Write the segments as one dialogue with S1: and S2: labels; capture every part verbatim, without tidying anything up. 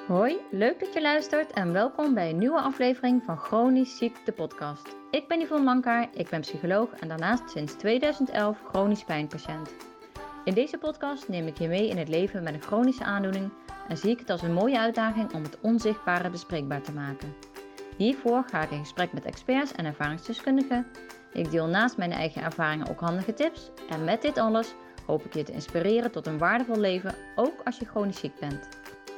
S1: Hoi, leuk dat je luistert en welkom bij een nieuwe aflevering van Chronisch Ziek, de podcast. Ik ben Yvonne Mankaar, ik ben psycholoog en daarnaast sinds tweeduizend elf chronisch pijnpatiënt. In deze podcast neem ik je mee in het leven met een chronische aandoening en zie ik het als een mooie uitdaging om het onzichtbare bespreekbaar te maken. Hiervoor ga ik in gesprek met experts en ervaringsdeskundigen. Ik deel naast mijn eigen ervaringen ook handige tips en met dit alles hoop ik je te inspireren tot een waardevol leven, ook als je chronisch ziek bent.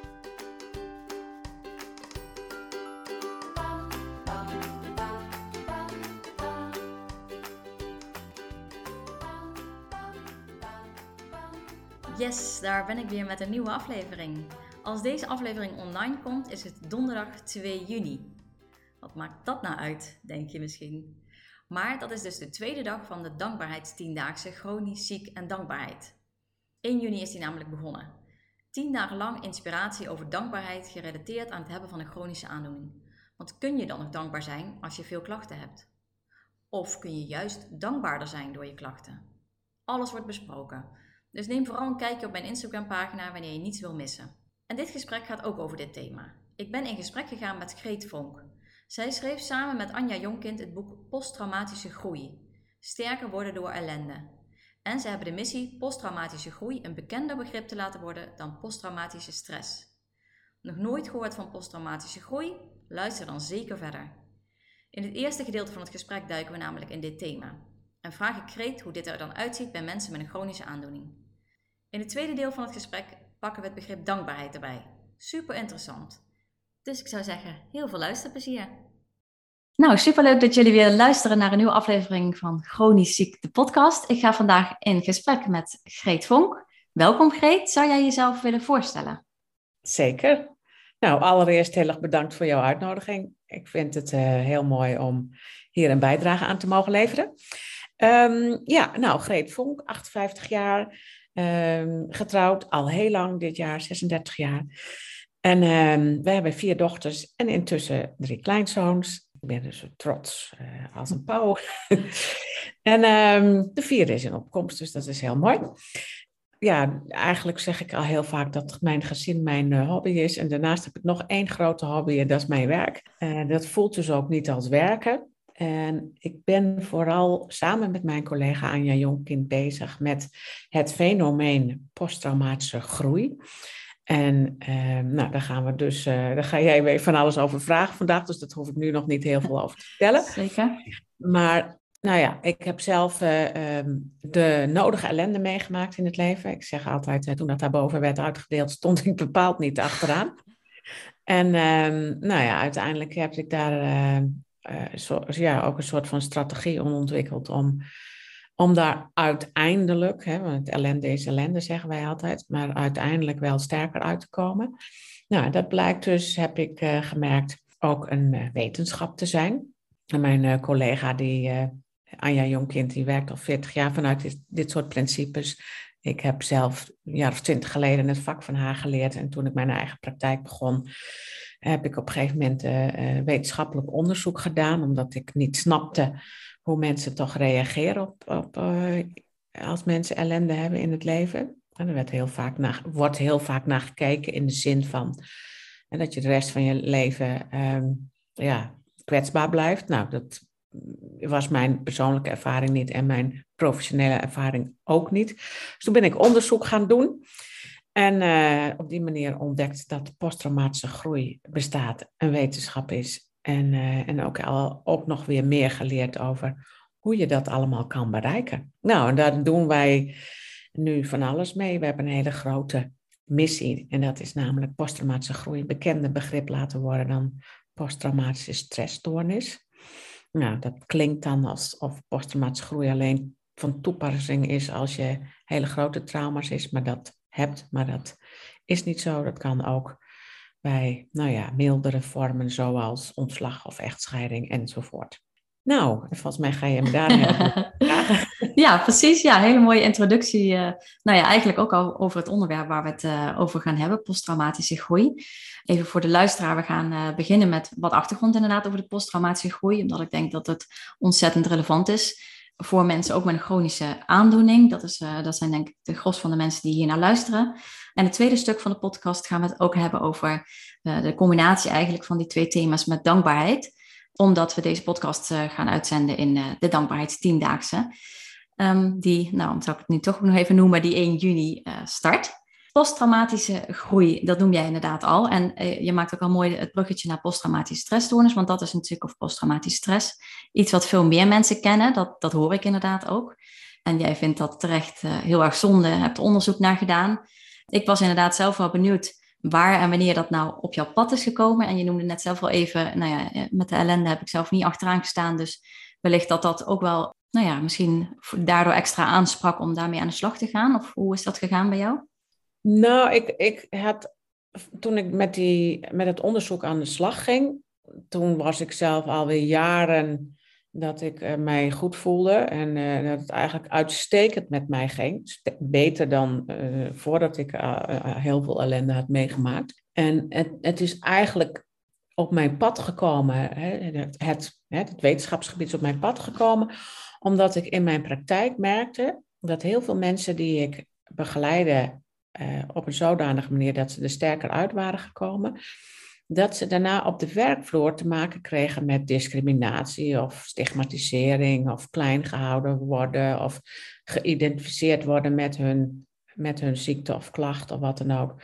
S1: Yes, daar ben ik weer met een nieuwe aflevering. Als deze aflevering online komt, is het donderdag twee juni. Wat maakt dat nou uit, denk je misschien? Maar dat is dus de tweede dag van de dankbaarheidstiendaagse chronisch ziek en dankbaarheid. één juni is die namelijk begonnen. Tien dagen lang inspiratie over dankbaarheid gerelateerd aan het hebben van een chronische aandoening. Want kun je dan nog dankbaar zijn als je veel klachten hebt? Of kun je juist dankbaarder zijn door je klachten? Alles wordt besproken. Dus neem vooral een kijkje op mijn Instagram-pagina wanneer je niets wil missen. En dit gesprek gaat ook over dit thema. Ik ben in gesprek gegaan met Greet Vonk. Zij schreef samen met Anja Jonkind het boek Posttraumatische Groei. Sterker worden door ellende. En ze hebben de missie posttraumatische groei een bekender begrip te laten worden dan posttraumatische stress. Nog nooit gehoord van posttraumatische groei? Luister dan zeker verder. In het eerste gedeelte van het gesprek duiken we namelijk in dit thema. En vraag ik Greet hoe dit er dan uitziet bij mensen met een chronische aandoening. In het tweede deel van het gesprek pakken we het begrip dankbaarheid erbij. Super interessant. Dus ik zou zeggen, heel veel luisterplezier. Nou, superleuk dat jullie weer luisteren naar een nieuwe aflevering van Chronisch Ziek, de podcast. Ik ga vandaag in gesprek met Greet Vonk. Welkom Greet, zou jij jezelf willen voorstellen?
S2: Zeker. Nou, allereerst heel erg bedankt voor jouw uitnodiging. Ik vind het uh, heel mooi om hier een bijdrage aan te mogen leveren. Um, ja, nou, Greet Vonk, achtenvijftig jaar, um, getrouwd, al heel lang, dit jaar zesendertig jaar. En um, we hebben vier dochters en intussen drie kleinzoons. Ik ben dus trots uh, als een pauw. en um, de vierde is in opkomst, dus dat is heel mooi. Ja, eigenlijk zeg ik al heel vaak dat mijn gezin mijn uh, hobby is. En daarnaast heb ik nog één grote hobby en dat is mijn werk. Uh, dat voelt dus ook niet als werken. En ik ben vooral samen met mijn collega Anja Jonkind bezig met het fenomeen posttraumatische groei. En uh, nou, daar gaan we dus, uh, daar ga jij weer van alles over vragen vandaag, dus dat hoef ik nu nog niet heel veel over te vertellen.
S1: Zeker.
S2: Maar nou ja, ik heb zelf uh, um, de nodige ellende meegemaakt in het leven. Ik zeg altijd, uh, toen dat daarboven werd uitgedeeld, stond ik bepaald niet achteraan. En uh, nou ja, uiteindelijk heb ik daar uh, uh, zo, ja, ook een soort van strategie om ontwikkeld om, om daar uiteindelijk, hè, want ellende is ellende zeggen wij altijd, maar uiteindelijk wel sterker uit te komen. Nou, dat blijkt dus, heb ik uh, gemerkt, ook een uh, wetenschap te zijn. En mijn uh, collega die... Uh, Anja Jonkind, die werkt al veertig jaar vanuit dit, dit soort principes. Ik heb zelf een jaar of twintig geleden het vak van haar geleerd. En toen ik mijn eigen praktijk begon, heb ik op een gegeven moment uh, wetenschappelijk onderzoek gedaan. Omdat ik niet snapte hoe mensen toch reageren op, op uh, als mensen ellende hebben in het leven. En er werd heel vaak naar, wordt heel vaak naar gekeken in de zin van en dat je de rest van je leven um, ja, kwetsbaar blijft. Nou, dat was mijn persoonlijke ervaring niet en mijn professionele ervaring ook niet. Dus toen ben ik onderzoek gaan doen. En uh, op die manier ontdekt dat posttraumatische groei bestaat, een wetenschap is. En, uh, en ook, al, ook nog weer meer geleerd over hoe je dat allemaal kan bereiken. Nou, en daar doen wij nu van alles mee. We hebben een hele grote missie. En dat is namelijk posttraumatische groei een bekender begrip laten worden dan posttraumatische stressstoornis. Nou, dat klinkt dan alsof posttraumatische groei alleen van toepassing is als je hele grote trauma's is, maar dat hebt. Maar dat is niet zo. Dat kan ook bij, nou ja, mildere vormen zoals ontslag of echtscheiding enzovoort. Nou, volgens mij ga je me daar helpen vragen.
S1: Ja, precies. Ja, hele mooie introductie. Uh, nou ja, eigenlijk ook al over het onderwerp waar we het uh, over gaan hebben, posttraumatische groei. Even voor de luisteraar, we gaan uh, beginnen met wat achtergrond inderdaad over de posttraumatische groei, omdat ik denk dat het ontzettend relevant is. voor mensen ook met een chronische aandoening. Dat, is, uh, dat zijn denk ik de gros van de mensen die hier naar luisteren. En het tweede stuk van de podcast gaan we het ook hebben over uh, de combinatie eigenlijk van die twee thema's met dankbaarheid. Omdat we deze podcast uh, gaan uitzenden in uh, de Dankbaarheidstiendaagse. Um, die, nou, dan zou ik het nu toch nog even noemen, die één juni uh, start. Posttraumatische groei, dat noem jij inderdaad al. En uh, je maakt ook al mooi het bruggetje naar posttraumatische stressstoornis, want dat is natuurlijk, of posttraumatische stress, iets wat veel meer mensen kennen. Dat, dat hoor ik inderdaad ook. En jij vindt dat terecht uh, heel erg zonde, hebt onderzoek naar gedaan. Ik was inderdaad zelf wel benieuwd waar en wanneer dat nou op jouw pad is gekomen. En je noemde net zelf al even, nou ja, met de ellende heb ik zelf niet achteraan gestaan, dus wellicht dat dat ook wel, nou ja, misschien daardoor extra aansprak om daarmee aan de slag te gaan. Of hoe is dat gegaan bij jou?
S2: Nou, ik, ik had, toen ik met, die, met het onderzoek aan de slag ging, toen was ik zelf alweer jaren dat ik uh, mij goed voelde en uh, dat het eigenlijk uitstekend met mij ging. St- beter dan uh, voordat ik uh, uh, heel veel ellende had meegemaakt. En het, het is eigenlijk op mijn pad gekomen, hè, het, het, het wetenschapsgebied is op mijn pad gekomen, omdat ik in mijn praktijk merkte dat heel veel mensen die ik begeleidde uh, op een zodanige manier dat ze er sterker uit waren gekomen, dat ze daarna op de werkvloer te maken kregen met discriminatie of stigmatisering of klein gehouden worden of geïdentificeerd worden met hun, met hun ziekte of klacht of wat dan ook.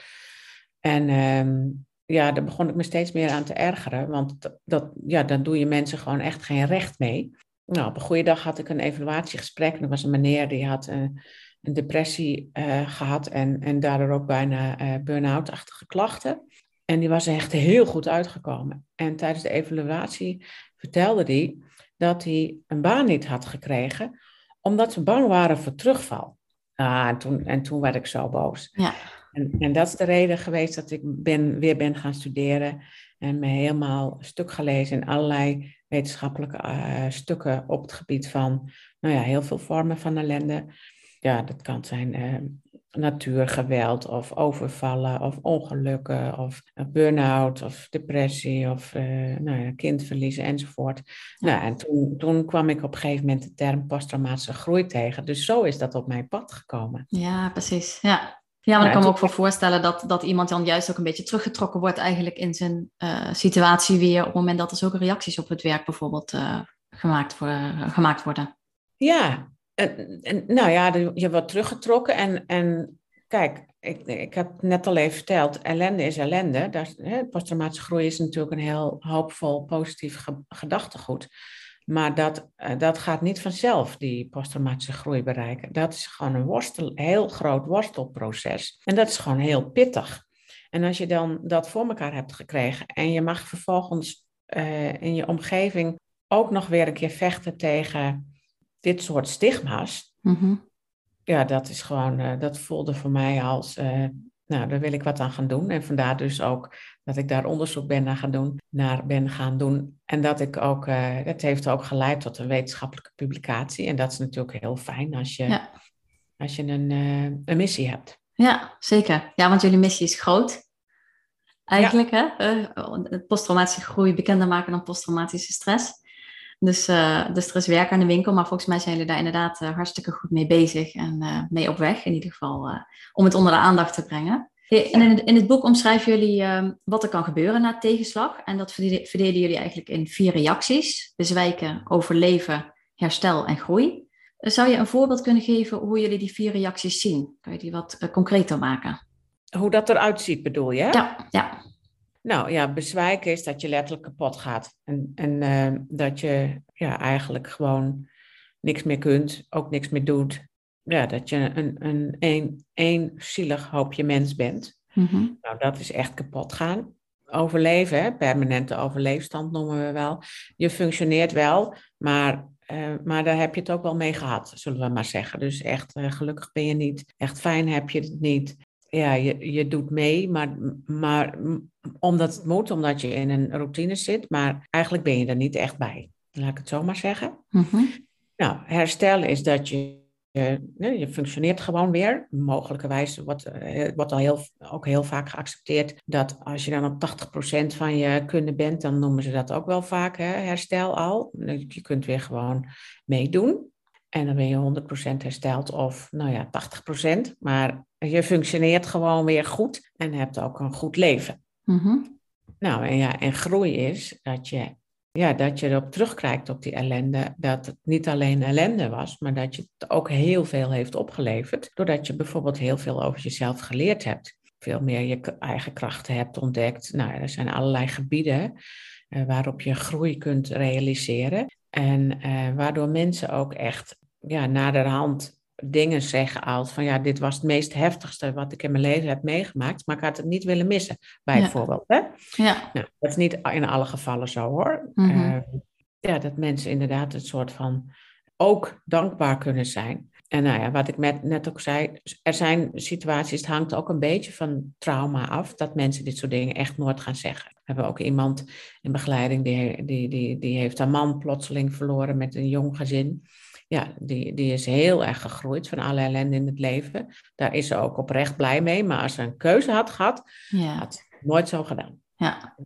S2: En um, ja, daar begon ik me steeds meer aan te ergeren, want dat, dat, ja, dan doe je mensen gewoon echt geen recht mee. Nou, op een goede dag had ik een evaluatiegesprek en er was een meneer die had uh, een depressie uh, gehad en, en daardoor ook bijna uh, burn-out-achtige klachten. En die was er echt heel goed uitgekomen. En tijdens de evaluatie vertelde hij dat hij een baan niet had gekregen, omdat ze bang waren voor terugval. Ah, en, toen, en toen werd ik zo boos.
S1: Ja.
S2: En, en dat is de reden geweest dat ik ben, weer ben gaan studeren en me helemaal stuk gelezen in allerlei wetenschappelijke uh, stukken op het gebied van, nou ja, heel veel vormen van ellende. Ja, dat kan zijn uh, natuurgeweld of overvallen of ongelukken of uh, burn-out of depressie of uh, nou ja, kindverliezen enzovoort. Ja. Nou, en toen, toen kwam ik op een gegeven moment de term posttraumatische groei tegen. Dus zo is dat op mijn pad gekomen.
S1: Ja, precies. Ja. Ja, maar ja, ik kan me ook voor voorstellen dat, dat iemand dan juist ook een beetje teruggetrokken wordt eigenlijk in zijn uh, situatie weer op het moment dat er zulke reacties op het werk bijvoorbeeld uh, gemaakt, voor, uh, gemaakt worden.
S2: Ja, en, en, nou ja, je wordt teruggetrokken en, en kijk, ik, ik heb net al even verteld, ellende is ellende. Daar, hè, posttraumatische groei is natuurlijk een heel hoopvol, positief ge, gedachtegoed. Maar dat, uh, dat gaat niet vanzelf, die posttraumatische groei bereiken. Dat is gewoon een worstel, heel groot worstelproces. En dat is gewoon heel pittig. En als je dan dat voor elkaar hebt gekregen en je mag vervolgens uh, in je omgeving ook nog weer een keer vechten tegen dit soort stigma's.
S1: Mm-hmm.
S2: Ja, dat is gewoon, uh, dat voelde voor mij als, uh, nou, daar wil ik wat aan gaan doen. En vandaar dus ook dat ik daar onderzoek ben naar gaan doen, naar ben gaan doen. En dat ik ook, uh, dat heeft ook geleid tot een wetenschappelijke publicatie. En dat is natuurlijk heel fijn als je, ja. als je een, uh, een missie hebt.
S1: Ja, zeker. Ja, want jullie missie is groot. Eigenlijk, ja. hè? Uh, posttraumatische groei bekender maken dan posttraumatische stress. Dus, uh, dus er is werk aan de winkel, maar volgens mij zijn jullie daar inderdaad uh, hartstikke goed mee bezig en uh, mee op weg, in ieder geval, uh, om het onder de aandacht te brengen. En in het, in het boek omschrijven jullie uh, wat er kan gebeuren na tegenslag. En dat verdelen jullie eigenlijk in vier reacties: bezwijken, overleven, herstel en groei. Zou je een voorbeeld kunnen geven hoe jullie die vier reacties zien? Kan je die wat uh, concreter maken?
S2: Hoe dat eruit ziet, bedoel je?
S1: Ja, ja.
S2: Nou ja, bezwijken is dat je letterlijk kapot gaat. En, en uh, dat je ja, eigenlijk gewoon niks meer kunt, ook niks meer doet. Ja, dat je een, een, een, een zielig hoopje mens bent.
S1: Mm-hmm.
S2: Nou, dat is echt kapot gaan. Overleven, hè? Permanente overleefstand noemen we wel. Je functioneert wel, maar, uh, maar daar heb je het ook wel mee gehad, zullen we maar zeggen. Dus echt uh, gelukkig ben je niet, echt fijn heb je het niet. Ja, je, je doet mee, maar, maar omdat het moet, omdat je in een routine zit. Maar eigenlijk ben je er niet echt bij. Laat ik het zo maar zeggen.
S1: Mm-hmm.
S2: Nou, herstellen is dat je, je, je functioneert gewoon weer. Mogelijkerwijs wordt, wordt al heel, ook heel vaak geaccepteerd dat als je dan op tachtig procent van je kunde bent, dan noemen ze dat ook wel vaak hè, herstel al. Je kunt weer gewoon meedoen. En dan ben je honderd procent hersteld of nou ja, tachtig procent. Maar je functioneert gewoon weer goed en hebt ook een goed leven.
S1: Mm-hmm.
S2: Nou en ja, en groei is dat je, ja, dat je erop terugkijkt op die ellende. Dat het niet alleen ellende was, maar dat je het ook heel veel heeft opgeleverd. Doordat je bijvoorbeeld heel veel over jezelf geleerd hebt. Veel meer je eigen krachten hebt ontdekt. Nou, er zijn allerlei gebieden uh, waarop je groei kunt realiseren. En uh, waardoor mensen ook echt ja, naderhand dingen zeggen als van ja, dit was het meest heftigste wat ik in mijn leven heb meegemaakt, maar ik had het niet willen missen, bijvoorbeeld. Ja. Hè?
S1: Ja.
S2: Nou, dat is niet in alle gevallen zo hoor.
S1: Mm-hmm.
S2: Uh, ja, dat mensen inderdaad een soort van ook dankbaar kunnen zijn. En nou ja, wat ik met, net ook zei, er zijn situaties, het hangt ook een beetje van trauma af, dat mensen dit soort dingen echt nooit gaan zeggen. We hebben ook iemand in begeleiding, die, die, die, die heeft haar man plotseling verloren met een jong gezin. Ja, die, die is heel erg gegroeid van alle ellende in het leven. Daar is ze ook oprecht blij mee, maar als ze een keuze had gehad, ja. had ze het nooit zo gedaan.
S1: Ja.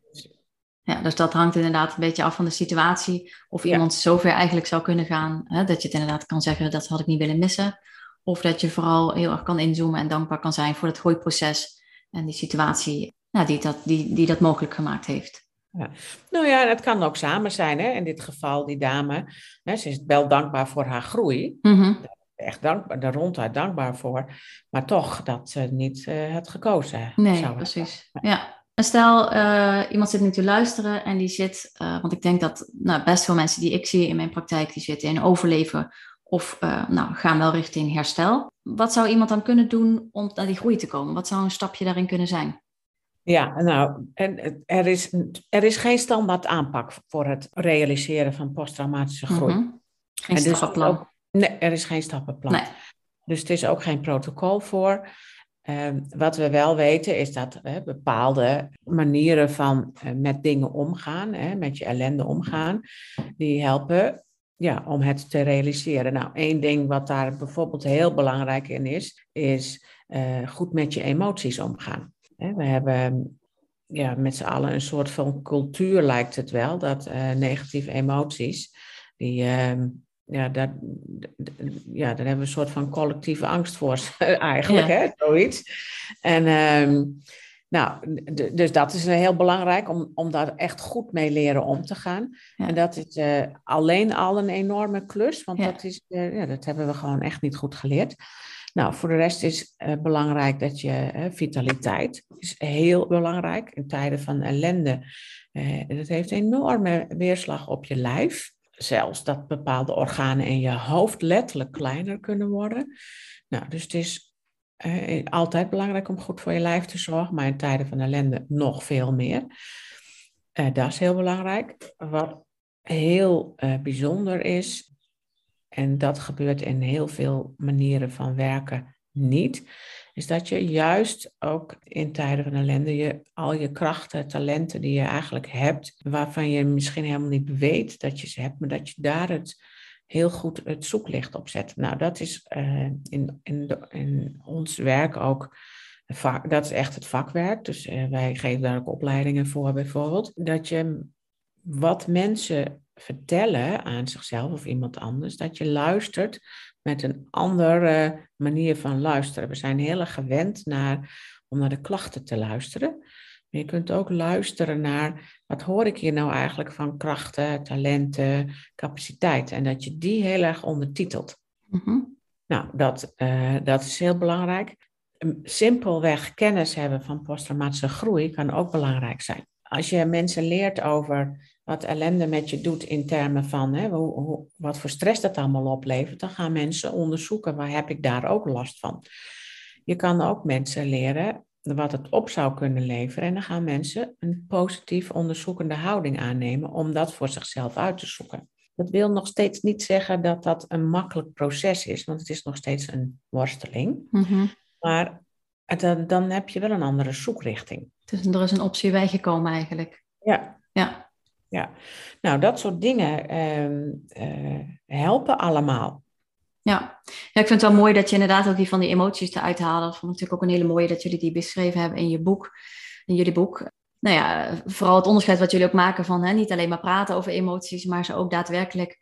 S1: Ja, dus dat hangt inderdaad een beetje af van de situatie. Of iemand
S2: ja.
S1: zover eigenlijk zou kunnen gaan, hè, dat je het inderdaad kan zeggen, dat had ik niet willen missen. Of dat je vooral heel erg kan inzoomen en dankbaar kan zijn voor het groeiproces en die situatie nou, die, dat, die, die dat mogelijk gemaakt heeft.
S2: Ja. Nou ja, dat kan ook samen zijn. Hè? In dit geval, die dame, hè, ze is wel dankbaar voor haar groei.
S1: Mm-hmm.
S2: Echt dankbaar, daar ronduit dankbaar voor. Maar toch dat ze niet uh, had gekozen.
S1: Nee,
S2: zou
S1: precies. Ja. Ja. Stel, uh, iemand zit nu te luisteren en die zit, uh, want ik denk dat nou, best veel mensen die ik zie in mijn praktijk, die zitten in overleven of uh, nou, gaan wel richting herstel. Wat zou iemand dan kunnen doen om naar die groei te komen? Wat zou een stapje daarin kunnen zijn?
S2: Ja, nou, er is, er is geen standaard aanpak voor het realiseren van posttraumatische groei.
S1: Mm-hmm. Geen
S2: en dus
S1: stappenplan.
S2: Ook, nee, er is geen stappenplan.
S1: Nee.
S2: Dus het is ook geen protocol voor. Uh, wat we wel weten is dat uh, bepaalde manieren van uh, met dingen omgaan, uh, met je ellende omgaan, die helpen ja, om het te realiseren. Nou, één ding wat daar bijvoorbeeld heel belangrijk in is, is uh, goed met je emoties omgaan. Uh, we hebben ja, met z'n allen een soort van cultuur, lijkt het wel, dat uh, negatieve emoties, die... Uh, Ja, daar, ja, daar hebben we een soort van collectieve angst voor eigenlijk, ja. hè, zoiets. En um, nou, d- dus dat is heel belangrijk om, om daar echt goed mee leren om te gaan. Ja. En dat is uh, alleen al een enorme klus, want ja. dat, is, uh, ja, dat hebben we gewoon echt niet goed geleerd. Nou, voor de rest is uh, belangrijk dat je, uh, vitaliteit is heel belangrijk in tijden van ellende. Uh, dat heeft een enorme weerslag op je lijf. Zelfs dat bepaalde organen in je hoofd letterlijk kleiner kunnen worden. Nou, dus het is uh, altijd belangrijk om goed voor je lijf te zorgen, maar in tijden van ellende nog veel meer. Uh, dat is heel belangrijk. Wat heel uh, bijzonder is, en dat gebeurt in heel veel manieren van werken niet, is dat je juist ook in tijden van ellende je, al je krachten, talenten die je eigenlijk hebt, waarvan je misschien helemaal niet weet dat je ze hebt, maar dat je daar het heel goed het zoeklicht op zet. Nou, dat is uh, in, in, de, in ons werk ook, vak, dat is echt het vakwerk. Dus uh, wij geven daar ook opleidingen voor bijvoorbeeld. Dat je wat mensen vertellen aan zichzelf of iemand anders, dat je luistert met een andere manier van luisteren. We zijn heel erg gewend naar, om naar de klachten te luisteren. Maar je kunt ook luisteren naar, wat hoor ik hier nou eigenlijk van krachten, talenten, capaciteiten. En dat je die heel erg ondertitelt.
S1: Mm-hmm.
S2: Nou, dat, uh, dat is heel belangrijk. Simpelweg kennis hebben van posttraumatische groei kan ook belangrijk zijn. Als je mensen leert over wat ellende met je doet in termen van hè, hoe, hoe, wat voor stress dat allemaal oplevert, dan gaan mensen onderzoeken, waar heb ik daar ook last van. Je kan ook mensen leren wat het op zou kunnen leveren en dan gaan mensen een positief onderzoekende houding aannemen om dat voor zichzelf uit te zoeken. Dat wil nog steeds niet zeggen dat dat een makkelijk proces is, want het is nog steeds een worsteling.
S1: Mm-hmm.
S2: Maar dan, dan heb je wel een andere zoekrichting.
S1: Dus er is een optie bijgekomen eigenlijk.
S2: Ja.
S1: Ja.
S2: Ja, nou dat soort dingen um, uh, helpen allemaal.
S1: Ja. ja, ik vind het wel mooi dat je inderdaad ook die van die emoties eruit haalde. Dat vond ik natuurlijk ook een hele mooie dat jullie die beschreven hebben in je boek, in jullie boek. Nou ja, vooral het onderscheid wat jullie ook maken van hè, niet alleen maar praten over emoties, maar ze ook daadwerkelijk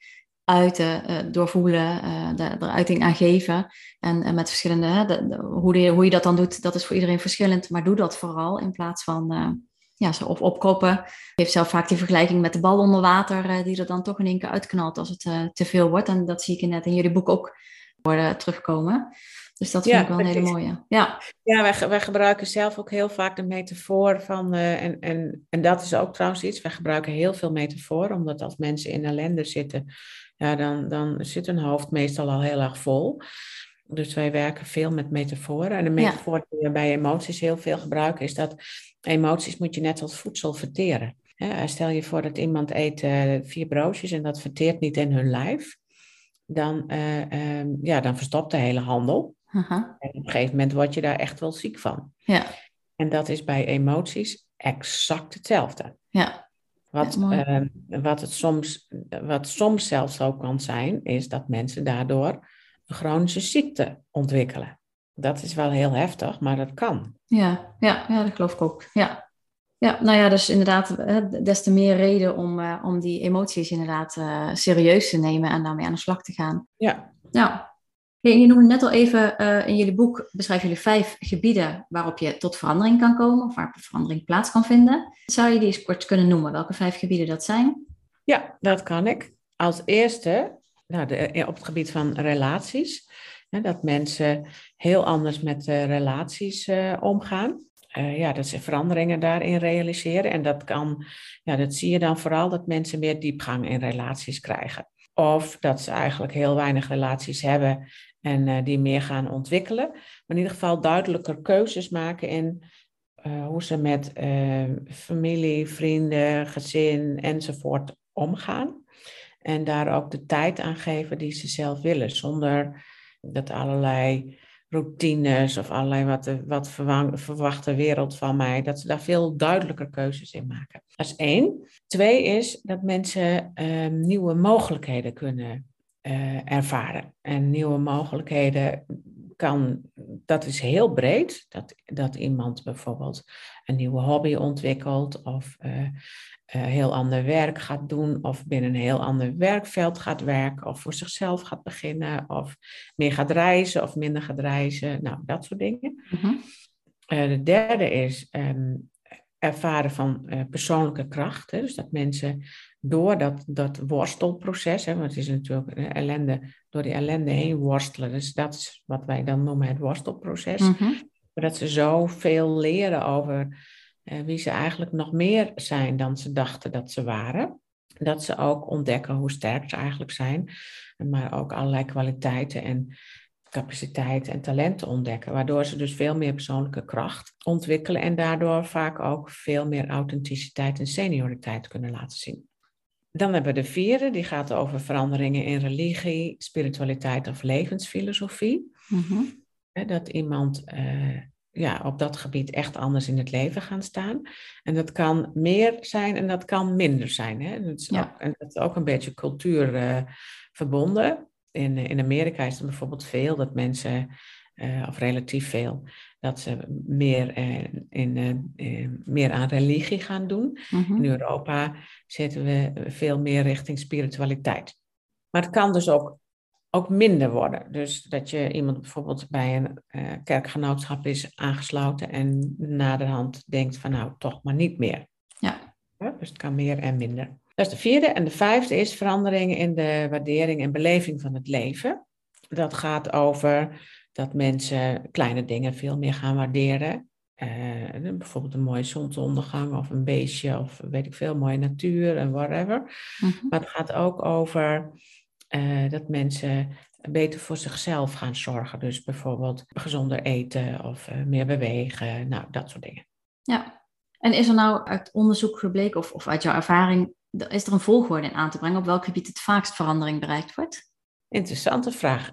S3: uiten, uh, doorvoelen, uh, de, de uiting aan geven. En, en met verschillende, hè, de, de, hoe, de, hoe je dat dan doet, dat is voor iedereen verschillend. Maar doe dat vooral in plaats van uh, ja, zo op, opkroppen. Ik heb zelf vaak die vergelijking met de bal onder water, uh, die er dan toch in één keer uitknalt als het uh, te veel wordt. En dat zie ik net in jullie boek ook worden terugkomen. Dus dat vind ja, ik wel een hele mooie. Ja,
S2: ja wij, wij gebruiken zelf ook heel vaak de metafoor van... Uh, en, en, en dat is ook trouwens iets. Wij gebruiken heel veel metafoor. Omdat als mensen in ellende zitten... Ja, dan, dan zit hun hoofd meestal al heel erg vol. Dus wij werken veel met metaforen. En de metafoor ja. die we bij emoties heel veel gebruiken... is dat emoties moet je net als voedsel verteren. Ja, stel je voor dat iemand eet uh, vier broodjes... en dat verteert niet in hun lijf... Dan, uh, um, ja, dan verstopt de hele handel. Uh-huh. En op een gegeven moment word je daar echt wel ziek van.
S3: Ja.
S2: En dat is bij emoties exact hetzelfde.
S3: Ja.
S2: Wat, ja, uh, wat, het soms, wat soms zelfs ook kan zijn, is dat mensen daardoor een chronische ziekte ontwikkelen. Dat is wel heel heftig, maar dat kan.
S3: Ja, ja, ja dat geloof ik ook. Ja. Ja, nou ja, dus inderdaad, des te meer reden om, uh, om die emoties inderdaad uh, serieus te nemen en daarmee aan de slag te gaan.
S2: Ja.
S3: Ja. Je noemde net al even, uh, in jullie boek beschrijven jullie vijf gebieden waarop je tot verandering kan komen, of waar verandering plaats kan vinden. Zou je die eens kort kunnen noemen, welke vijf gebieden dat zijn?
S2: Ja, dat kan ik. Als eerste, nou, de, op het gebied van relaties, hè, dat mensen heel anders met uh, relaties uh, omgaan. Uh, ja, dat ze veranderingen daarin realiseren. En dat kan, ja, dat zie je dan vooral dat mensen meer diepgang in relaties krijgen. Of dat ze eigenlijk heel weinig relaties hebben en uh, die meer gaan ontwikkelen. Maar in ieder geval duidelijker keuzes maken in uh, hoe ze met uh, familie, vrienden, gezin enzovoort omgaan. En daar ook de tijd aan geven die ze zelf willen. Zonder dat allerlei routines of allerlei wat, de, wat verwang, verwacht de wereld van mij, dat ze daar veel duidelijker keuzes in maken. Dat is één. Twee is dat mensen uh, nieuwe mogelijkheden kunnen uh, ervaren. En nieuwe mogelijkheden kan, dat is heel breed. Dat, dat iemand bijvoorbeeld een nieuwe hobby ontwikkelt of uh, Uh, heel ander werk gaat doen of binnen een heel ander werkveld gaat werken of voor zichzelf gaat beginnen of meer gaat reizen of minder gaat reizen. Nou, dat soort dingen. Uh-huh. Uh, de derde is um, ervaren van uh, persoonlijke kracht. Hè? Dus dat mensen door dat, dat worstelproces, hè, want het is natuurlijk uh, ellende, door die ellende heen worstelen. Dus dat is wat wij dan noemen het worstelproces. Uh-huh. Maar dat ze zoveel leren over Uh, wie ze eigenlijk nog meer zijn dan ze dachten dat ze waren. Dat ze ook ontdekken hoe sterk ze eigenlijk zijn. Maar ook allerlei kwaliteiten en capaciteiten en talenten ontdekken. Waardoor ze dus veel meer persoonlijke kracht ontwikkelen. En daardoor vaak ook veel meer authenticiteit en senioriteit kunnen laten zien. Dan hebben we de vierde. Die gaat over veranderingen in religie, spiritualiteit of levensfilosofie. Mm-hmm. Dat iemand... Uh, ja, op dat gebied echt anders in het leven gaan staan. En dat kan meer zijn en dat kan minder zijn. Hè? Dat is, ja. ook, en dat is ook een beetje cultuur uh, verbonden. In, in Amerika is er bijvoorbeeld veel dat mensen, uh, of relatief veel, dat ze meer, uh, in, uh, uh, meer aan religie gaan doen. Mm-hmm. In Europa zitten we veel meer richting spiritualiteit. Maar het kan dus ook ook minder worden. Dus dat je iemand bijvoorbeeld bij een uh, kerkgenootschap is aangesloten en naderhand denkt van nou, toch maar niet meer.
S3: Ja.
S2: Ja, dus het kan meer en minder. Dat is de vierde. En de vijfde is verandering in de waardering en beleving van het leven. Dat gaat over dat mensen kleine dingen veel meer gaan waarderen. Uh, bijvoorbeeld een mooie zonsondergang of een beestje of weet ik veel, mooie natuur en whatever. Mm-hmm. Maar het gaat ook over Uh, dat mensen beter voor zichzelf gaan zorgen. Dus bijvoorbeeld gezonder eten of uh, meer bewegen. Nou, dat soort dingen.
S3: Ja. En is er nou uit onderzoek gebleken of, of uit jouw ervaring, is er een volgorde in aan te brengen op welk gebied het vaakst verandering bereikt wordt?
S2: Interessante vraag.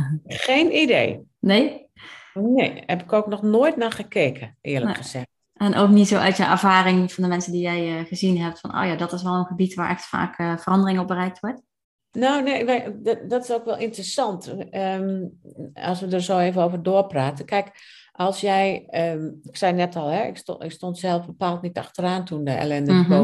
S2: Geen idee.
S3: Nee?
S2: Nee, heb ik ook nog nooit naar gekeken, eerlijk nee. gezegd.
S3: En ook niet zo uit je ervaring van de mensen die jij uh, gezien hebt van, oh ja, dat is wel een gebied waar echt vaak uh, verandering op bereikt wordt?
S2: Nou, nee, wij, dat, dat is ook wel interessant. Um, als we er zo even over doorpraten. Kijk, als jij... Um, ik zei net al, hè, ik, stond, ik stond zelf bepaald niet achteraan toen de ellende mm-hmm. boven werd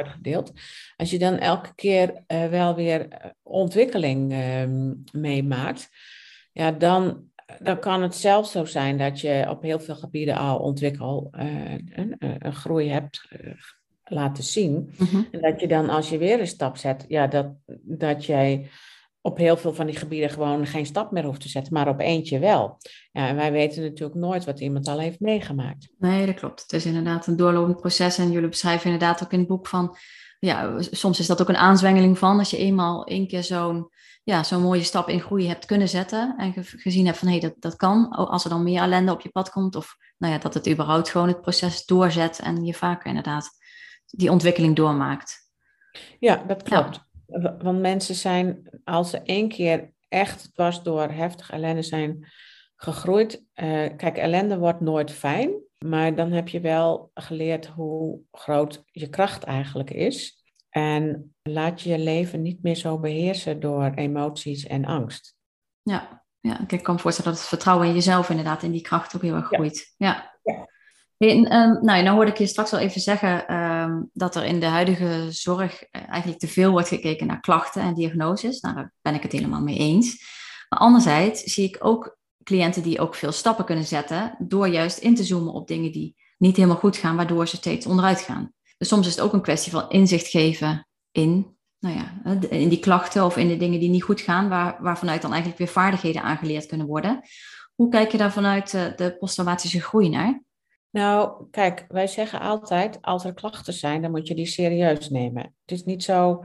S2: uitgedeeld. Als je dan elke keer uh, wel weer ontwikkeling uh, meemaakt, ja, dan, dan kan het zelfs zo zijn dat je op heel veel gebieden al ontwikkel, uh, een, een groei hebt uh, laten zien.
S3: Mm-hmm.
S2: En dat je dan als je weer een stap zet, ja, dat, dat jij op heel veel van die gebieden gewoon geen stap meer hoeft te zetten, maar op eentje wel. Ja, en wij weten natuurlijk nooit wat iemand al heeft meegemaakt.
S3: Nee, dat klopt. Het is inderdaad een doorlopend proces en jullie beschrijven inderdaad ook in het boek van, ja, soms is dat ook een aanzwengeling van, als je eenmaal één keer zo'n, ja, zo'n mooie stap in groei hebt kunnen zetten en ge- gezien hebt van, hé, hey, dat, dat kan, als er dan meer ellende op je pad komt, of nou ja, dat het überhaupt gewoon het proces doorzet en je vaker inderdaad die ontwikkeling doormaakt.
S2: Ja, dat klopt. Ja. Want mensen zijn, als ze één keer echt dwars door heftig ellende zijn gegroeid. Uh, kijk, ellende wordt nooit fijn. Maar dan heb je wel geleerd hoe groot je kracht eigenlijk is. En laat je je leven niet meer zo beheersen door emoties en angst.
S3: Ja, ja, ik kan me voorstellen dat het vertrouwen in jezelf inderdaad in die kracht ook heel erg groeit. Ja. ja. ja. En, um, nou, nou hoorde ik je straks al even zeggen um, dat er in de huidige zorg eigenlijk te veel wordt gekeken naar klachten en diagnoses. Nou, daar ben ik het helemaal mee eens. Maar anderzijds zie ik ook cliënten die ook veel stappen kunnen zetten door juist in te zoomen op dingen die niet helemaal goed gaan, waardoor ze steeds onderuit gaan. Dus soms is het ook een kwestie van inzicht geven in, nou ja, in die klachten of in de dingen die niet goed gaan, waar, waarvanuit dan eigenlijk weer vaardigheden aangeleerd kunnen worden. Hoe kijk je daar vanuit de posttraumatische groei naar?
S2: Nou, kijk, wij zeggen altijd, als er klachten zijn, dan moet je die serieus nemen. Het is niet zo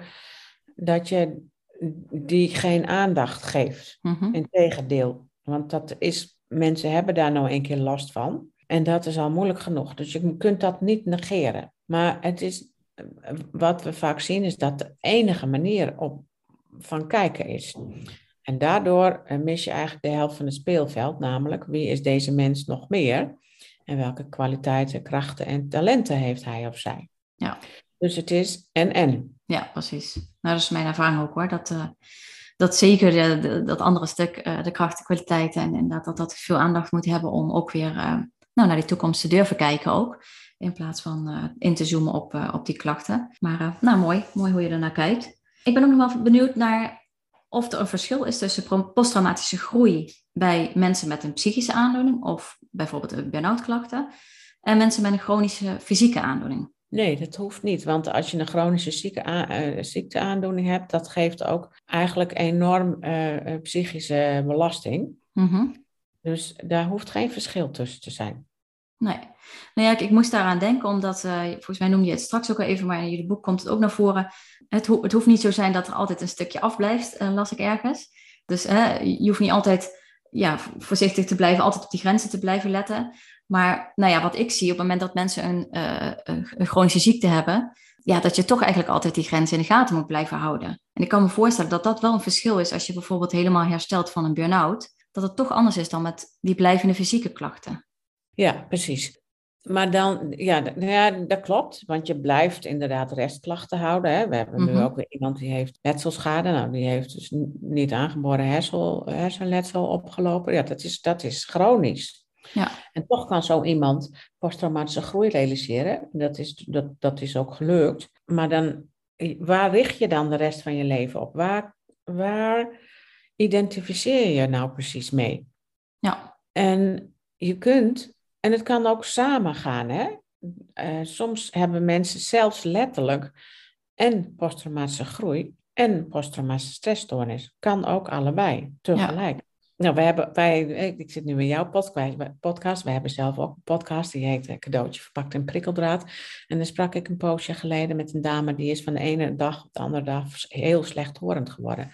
S2: dat je die geen aandacht geeft.
S3: Mm-hmm.
S2: Integendeel. Want dat is, mensen hebben daar nou een keer last van. En dat is al moeilijk genoeg. Dus je kunt dat niet negeren. Maar het is, wat we vaak zien, is dat de enige manier op, van kijken is. En daardoor mis je eigenlijk de helft van het speelveld. Namelijk, wie is deze mens nog meer? En welke kwaliteiten, krachten en talenten heeft hij of zij?
S3: Ja.
S2: Dus het is en-en.
S3: Ja, precies. Nou, dat is mijn ervaring ook hoor. Dat, uh, dat zeker de, de, dat andere stuk, uh, de krachten, kwaliteiten en, en dat, dat dat veel aandacht moet hebben om ook weer uh, nou, naar die toekomst te durven kijken ook. In plaats van uh, in te zoomen op, uh, op die klachten. Maar uh, nou, mooi. Mooi hoe je er naar kijkt. Ik ben ook nog wel benieuwd naar of er een verschil is tussen posttraumatische groei bij mensen met een psychische aandoening of bijvoorbeeld burn-out klachten en mensen met een chronische fysieke aandoening.
S2: Nee, dat hoeft niet. Want als je een chronische zieke a- uh, ziekteaandoening hebt, dat geeft ook eigenlijk enorm uh, psychische belasting.
S3: Mm-hmm.
S2: Dus daar hoeft geen verschil tussen te zijn.
S3: Nee. Nou ja, ik, ik moest daaraan denken, omdat, uh, volgens mij noemde je het straks ook al even, maar in jullie boek komt het ook naar voren. Het, ho- het hoeft niet zo zijn dat er altijd een stukje afblijft, uh, las ik ergens. Dus uh, je hoeft niet altijd ja, voorzichtig te blijven, altijd op die grenzen te blijven letten. Maar nou ja, wat ik zie op het moment dat mensen een, uh, een chronische ziekte hebben, ja, dat je toch eigenlijk altijd die grenzen in de gaten moet blijven houden. En ik kan me voorstellen dat dat wel een verschil is als je bijvoorbeeld helemaal herstelt van een burn-out, dat het toch anders is dan met die blijvende fysieke klachten.
S2: Ja, precies. Maar dan, ja, d- ja, dat klopt, want je blijft inderdaad restklachten houden. Hè. We hebben
S3: Mm-hmm.
S2: nu ook weer iemand die heeft letselschade. Nou, die heeft dus n- niet aangeboren hersel, hersenletsel opgelopen. Ja, dat is, dat is chronisch.
S3: Ja.
S2: En toch kan zo iemand posttraumatische groei realiseren. Dat is, dat, dat is ook gelukt. Maar dan, waar richt je dan de rest van je leven op? Waar, waar identificeer je je nou precies mee?
S3: Ja.
S2: En je kunt, en het kan ook samen gaan, hè? Uh, soms hebben mensen zelfs letterlijk en posttraumatische groei en posttraumatische stressstoornis. Kan ook allebei, tegelijk. Ja. Nou, wij hebben, wij, ik zit nu in jouw podcast. Wij hebben zelf ook een podcast. Die heet Cadeautje verpakt in prikkeldraad. En dan sprak ik een poosje geleden met een dame. Die is van de ene dag op de andere dag heel slechthorend geworden.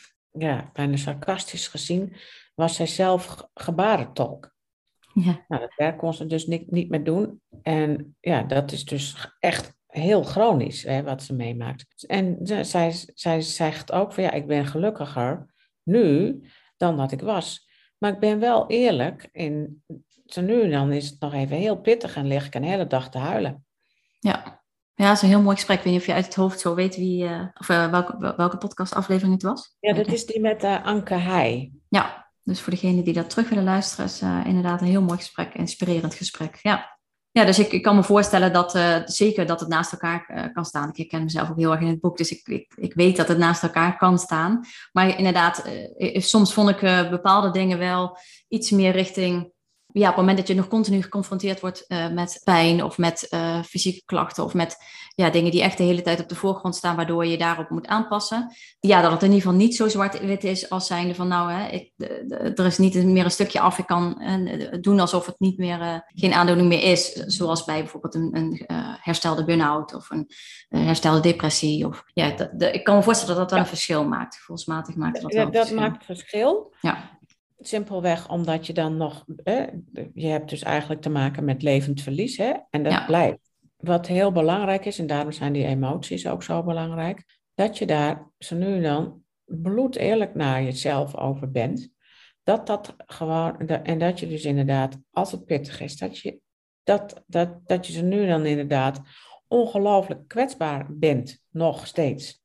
S2: Ja, bijna sarcastisch gezien was zij zelf gebarentolk.
S3: Ja.
S2: Nou, dat werk kon ze dus niet, niet meer doen. En ja, dat is dus echt heel chronisch, hè, wat ze meemaakt. En zij, zij zegt ook van ja, ik ben gelukkiger nu dan dat ik was. Maar ik ben wel eerlijk, in, zo nu en dan is het nog even heel pittig en lig ik een hele dag te huilen.
S3: Ja. Ja, dat is een heel mooi gesprek. Ik weet niet of je uit het hoofd zo weet wie, uh, of uh, welke, welke podcastaflevering het was.
S2: Ja, dat is die met uh, Anke Heij.
S3: Ja, dus voor degenen die dat terug willen luisteren, is uh, inderdaad een heel mooi gesprek, een inspirerend gesprek. Ja. Ja, dus ik, ik kan me voorstellen dat uh, zeker dat het naast elkaar uh, kan staan. Ik herken mezelf ook heel erg in het boek, dus ik, ik, ik weet dat het naast elkaar kan staan. Maar inderdaad, uh, soms vond ik uh, bepaalde dingen wel iets meer richting... Ja, op het moment dat je nog continu geconfronteerd wordt uh, met pijn of met uh, fysieke klachten of met ja, dingen die echt de hele tijd op de voorgrond staan, waardoor je daarop moet aanpassen. Ja, dat het in ieder geval niet zo zwart-wit is als zijnde van nou, hè, ik, de, de, er is niet meer een stukje af. Ik kan uh, doen alsof het niet meer, uh, geen aandoening meer is. Zoals bij bijvoorbeeld een, een uh, herstelde burn-out of een uh, herstelde depressie. Of, ja, de, de, ik kan me voorstellen dat dat wel ja. een verschil maakt. Gevoelsmatig maakt dat wel
S2: dat,
S3: een verschil.
S2: Dat maakt verschil.
S3: Ja.
S2: Simpelweg omdat je dan nog... Eh, je hebt dus eigenlijk te maken met levend verlies. Hè? En dat ja. blijft. Wat heel belangrijk is, en daarom zijn die emoties ook zo belangrijk, dat je daar zo nu en dan bloed eerlijk naar jezelf over bent. Dat dat gewoon... En dat je dus inderdaad, als het pittig is, dat je, dat, dat, dat je zo nu en dan inderdaad ongelooflijk kwetsbaar bent. Nog steeds.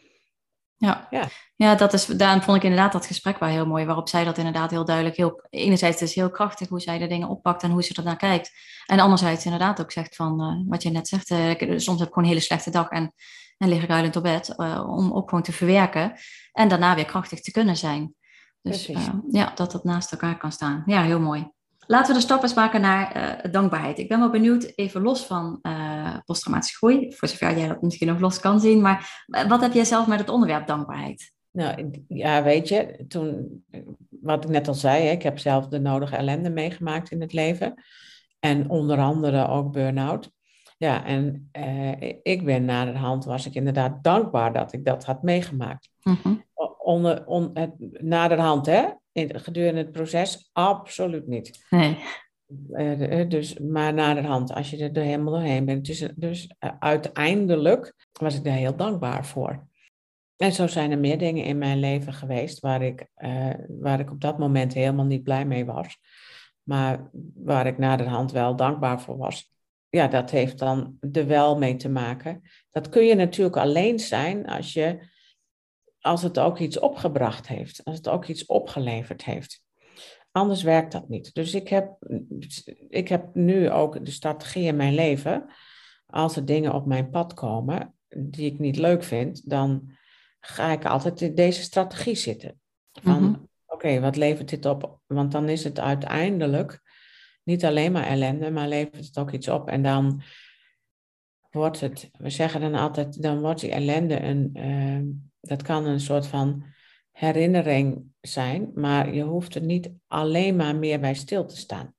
S3: Ja. Ja. ja, dat is, daarom vond ik inderdaad dat gesprek wel heel mooi, waarop zij dat inderdaad heel duidelijk, heel, enerzijds is heel krachtig hoe zij de dingen oppakt en hoe ze ernaar kijkt. En anderzijds inderdaad ook zegt van, uh, wat je net zegt, uh, ik, soms heb ik gewoon een hele slechte dag en, en lig ik huilend op bed, uh, om ook gewoon te verwerken en daarna weer krachtig te kunnen zijn. Dus uh, ja, dat dat naast elkaar kan staan. Ja, heel mooi. Laten we de stap eens maken naar uh, dankbaarheid. Ik ben wel benieuwd, even los van uh, posttraumatische groei, voor zover jij dat misschien nog los kan zien, maar wat heb jij zelf met het onderwerp dankbaarheid?
S2: Nou, ja, weet je, toen, wat ik net al zei, hè, ik heb zelf de nodige ellende meegemaakt in het leven. En onder andere ook burn-out. Ja, en uh, ik ben naderhand, was ik inderdaad dankbaar dat ik dat had meegemaakt. Mm-hmm. Onder, on, het, naderhand, hè? In, gedurende het proces, absoluut niet.
S3: Nee.
S2: Uh, dus, maar naderhand, als je er door helemaal doorheen bent. Dus, dus uh, uiteindelijk was ik daar heel dankbaar voor. En zo zijn er meer dingen in mijn leven geweest waar ik, uh, waar ik op dat moment helemaal niet blij mee was. Maar waar ik naderhand wel dankbaar voor was. Ja, dat heeft dan er wel mee te maken. Dat kun je natuurlijk alleen zijn als je, als het ook iets opgebracht heeft. Als het ook iets opgeleverd heeft. Anders werkt dat niet. Dus ik heb, ik heb nu ook de strategie in mijn leven. Als er dingen op mijn pad komen die ik niet leuk vind, dan ga ik altijd in deze strategie zitten. Van, mm-hmm. oké, okay, wat levert dit op? Want dan is het uiteindelijk niet alleen maar ellende, maar levert het ook iets op. En dan wordt het, we zeggen dan altijd, dan wordt die ellende een, uh, dat kan een soort van herinnering zijn, maar je hoeft er niet alleen maar meer bij stil te staan.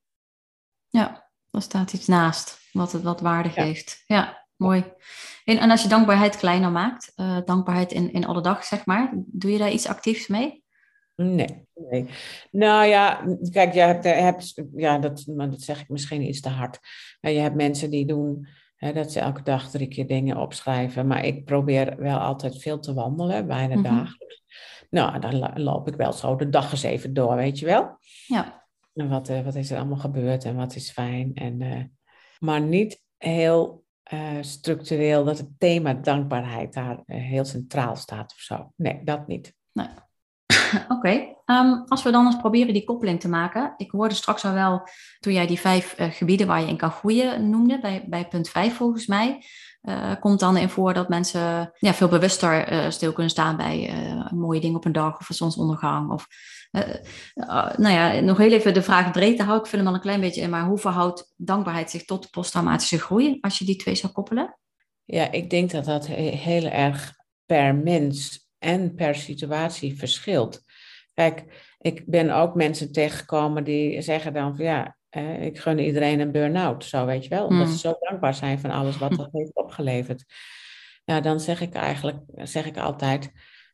S3: Ja, er staat iets naast wat het wat waarde geeft. Ja, ja mooi. En, en als je dankbaarheid kleiner maakt, uh, dankbaarheid in, in alle dag, zeg maar, doe je daar iets actiefs mee?
S2: Nee, nee. Nou ja, kijk, je hebt, je hebt ja, dat, dat zeg ik misschien iets te hard. Je hebt mensen die doen hè, dat ze elke dag drie keer dingen opschrijven, maar ik probeer wel altijd veel te wandelen, bijna mm-hmm. dagelijks. Nou, dan loop ik wel zo de dag eens even door, weet je wel.
S3: Ja.
S2: En wat, uh, wat is er allemaal gebeurd en wat is fijn. En, uh, maar niet heel uh, structureel dat het thema dankbaarheid daar uh, heel centraal staat of zo. Nee, dat niet.
S3: Nee. Oké, okay. um, als we dan eens proberen die koppeling te maken. Ik hoorde straks al wel, toen jij die vijf uh, gebieden waar je in kan groeien noemde, bij, bij punt vijf volgens mij, uh, komt dan in voor dat mensen ja, veel bewuster uh, stil kunnen staan bij uh, mooie dingen op een dag of een zonsondergang. Of, uh, uh, nou ja, nog heel even de vraag breed te houden, ik vul hem al een klein beetje in, maar hoe verhoudt dankbaarheid zich tot posttraumatische groei als je die twee zou koppelen?
S2: Ja, ik denk dat dat heel erg per mens en per situatie verschilt. Kijk, ik ben ook mensen tegengekomen die zeggen dan van ja, eh, ik gun iedereen een burn-out, zo weet je wel. Omdat mm. ze zo dankbaar zijn van alles wat dat heeft opgeleverd. Ja, dan zeg ik eigenlijk, zeg ik altijd,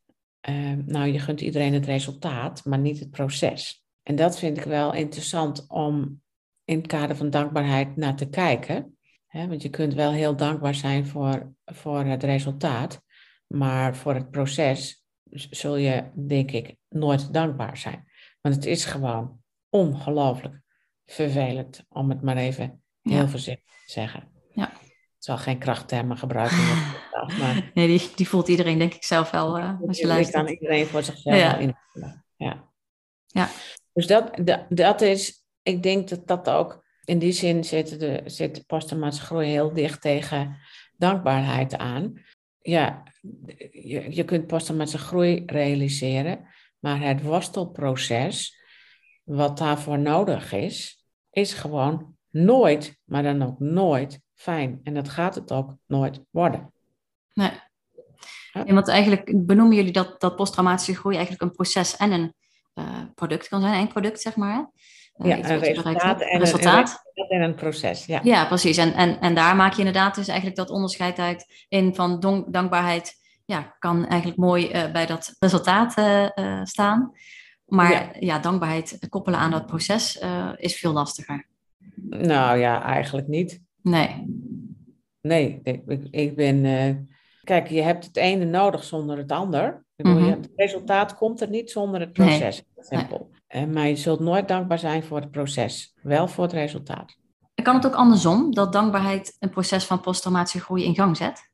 S2: uh, nou je gunt iedereen het resultaat, maar niet het proces. En dat vind ik wel interessant om in het kader van dankbaarheid naar te kijken. Hè? Want je kunt wel heel dankbaar zijn voor, voor het resultaat. Maar voor het proces zul je, denk ik, nooit dankbaar zijn. Want het is gewoon ongelooflijk vervelend, om het maar even heel ja. voorzichtig te zeggen.
S3: Ja.
S2: Ik zal geen krachttermen gebruiken. Maar
S3: nee, die, die voelt iedereen, denk ik, zelf wel uh, als je luistert.
S2: Ik kan iedereen voor zichzelf
S3: ja.
S2: wel invullen. Ja.
S3: Ja.
S2: Dus dat, dat, dat is, ik denk dat dat ook in die zin zit de, zit de posttraumatische groei heel dicht tegen dankbaarheid aan. Ja, je, je kunt posttraumatische groei realiseren, maar het worstelproces, wat daarvoor nodig is, is gewoon nooit, maar dan ook nooit fijn. En dat gaat het ook nooit worden.
S3: Nee. Ja, want eigenlijk benoemen jullie dat, dat posttraumatische groei eigenlijk een proces en een uh, product kan zijn, een eindproduct, zeg maar. Uh,
S2: ja, een resultaat, en,
S3: resultaat.
S2: Een, en een proces. Ja,
S3: ja precies. En, en, en daar maak je inderdaad dus eigenlijk dat onderscheid uit in van don- dankbaarheid. Ja, kan eigenlijk mooi uh, bij dat resultaat uh, uh, staan. Maar ja. ja, dankbaarheid koppelen aan dat proces uh, is veel lastiger.
S2: Nou ja, eigenlijk niet.
S3: Nee.
S2: Nee, ik, ik ben... Uh, kijk, je hebt het ene nodig zonder het ander. Mm-hmm. je, het resultaat komt er niet zonder het proces. Nee. Simpel. Nee. Maar je zult nooit dankbaar zijn voor het proces. Wel voor het resultaat.
S3: Kan het ook andersom, dat dankbaarheid een proces van posttraumatische groei in gang zet?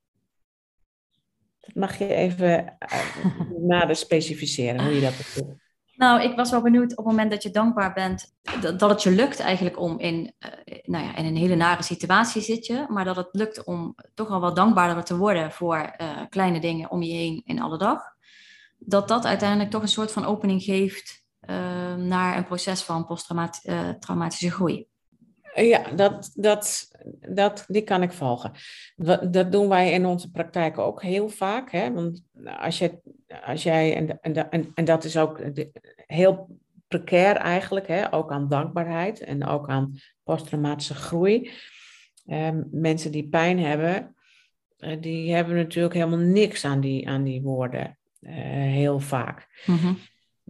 S2: Dat mag je even uh, nader specificeren, hoe je dat bedoelt.
S3: Nou, ik was wel benieuwd op het moment dat je dankbaar bent, dat, dat het je lukt eigenlijk om in, uh, nou ja, in een hele nare situatie zit je, maar dat het lukt om toch al wat dankbaarder te worden voor uh, kleine dingen om je heen in alle dag. Dat dat uiteindelijk toch een soort van opening geeft uh, naar een proces van posttraumatische uh, groei.
S2: Ja, dat, dat, dat, die kan ik volgen. Dat doen wij in onze praktijk ook heel vaak. Hè? Want als, je, als jij, en, en, en dat is ook heel precair eigenlijk, hè? Ook aan dankbaarheid en ook aan posttraumatische groei. Eh, mensen die pijn hebben, eh, die hebben natuurlijk helemaal niks aan die, aan die woorden. Eh, heel vaak.
S3: Mm-hmm.